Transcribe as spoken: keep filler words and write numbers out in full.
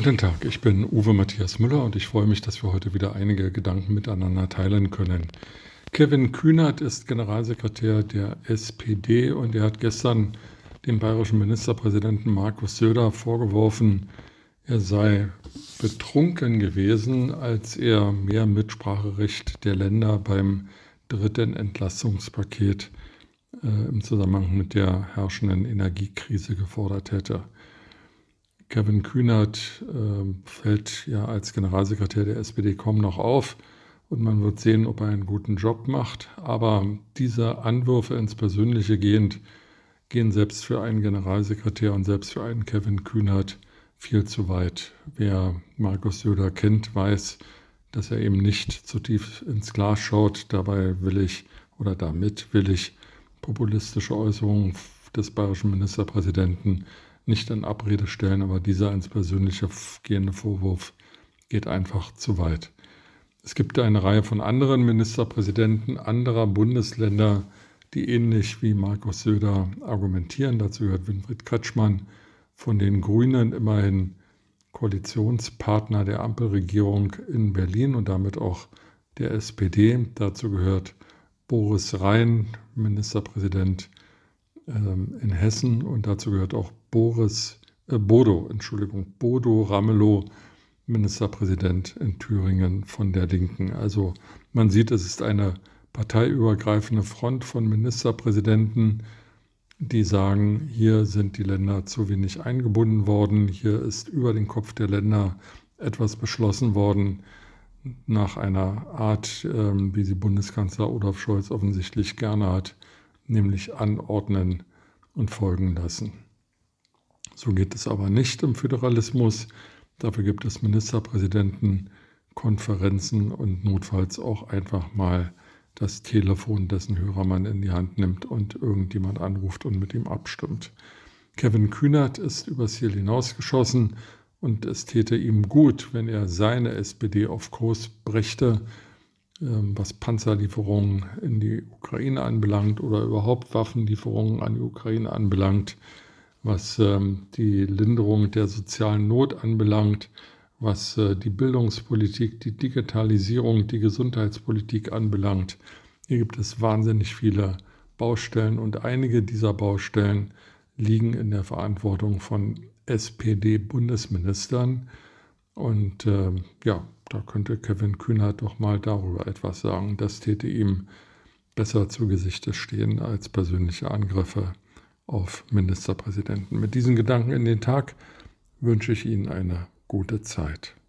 Guten Tag, ich bin Uwe Matthias Müller und ich freue mich, dass wir heute wieder einige Gedanken miteinander teilen können. Kevin Kühnert ist Generalsekretär der S P D und er hat gestern dem bayerischen Ministerpräsidenten Markus Söder vorgeworfen, er sei betrunken gewesen, als er mehr Mitspracherecht der Länder beim dritten Entlastungspaket äh, im Zusammenhang mit der herrschenden Energiekrise gefordert hätte. Kevin Kühnert äh, fällt ja als Generalsekretär der S P D kaum noch auf und man wird sehen, ob er einen guten Job macht. Aber diese Anwürfe ins Persönliche gehend gehen selbst für einen Generalsekretär und selbst für einen Kevin Kühnert viel zu weit. Wer Markus Söder kennt, weiß, dass er eben nicht zu tief ins Glas schaut. Dabei will ich oder damit will ich populistische Äußerungen des bayerischen Ministerpräsidenten nicht in Abrede stellen, aber dieser ins Persönliche gehende Vorwurf geht einfach zu weit. Es gibt eine Reihe von anderen Ministerpräsidenten anderer Bundesländer, die ähnlich wie Markus Söder argumentieren. Dazu gehört Winfried Kretschmann von den Grünen, immerhin Koalitionspartner der Ampelregierung in Berlin und damit auch der S P D. Dazu gehört Boris Rhein, Ministerpräsident in Hessen, und dazu gehört auch Boris, äh, Bodo, Entschuldigung, Bodo Ramelow, Ministerpräsident in Thüringen von der Linken. Also man sieht, es ist eine parteiübergreifende Front von Ministerpräsidenten, die sagen, hier sind die Länder zu wenig eingebunden worden, hier ist über den Kopf der Länder etwas beschlossen worden, nach einer Art, äh, wie sie Bundeskanzler Olaf Scholz offensichtlich gerne hat, nämlich anordnen und folgen lassen. So geht es aber nicht im Föderalismus. Dafür gibt es Ministerpräsidentenkonferenzen und notfalls auch einfach mal das Telefon, dessen Hörer man in die Hand nimmt und irgendjemand anruft und mit ihm abstimmt. Kevin Kühnert ist übers Ziel hinausgeschossen und es täte ihm gut, wenn er seine S P D auf Kurs brächte, was Panzerlieferungen in die Ukraine anbelangt oder überhaupt Waffenlieferungen an die Ukraine anbelangt, was ähm, die Linderung der sozialen Not anbelangt, was äh, die Bildungspolitik, die Digitalisierung, die Gesundheitspolitik anbelangt. Hier gibt es wahnsinnig viele Baustellen und einige dieser Baustellen liegen in der Verantwortung von S P D-Bundesministern. Und äh, ja, da könnte Kevin Kühnert doch mal darüber etwas sagen. Das täte ihm besser zu Gesichte stehen als persönliche Angriffe auf Ministerpräsidenten. Mit diesen Gedanken in den Tag wünsche ich Ihnen eine gute Zeit.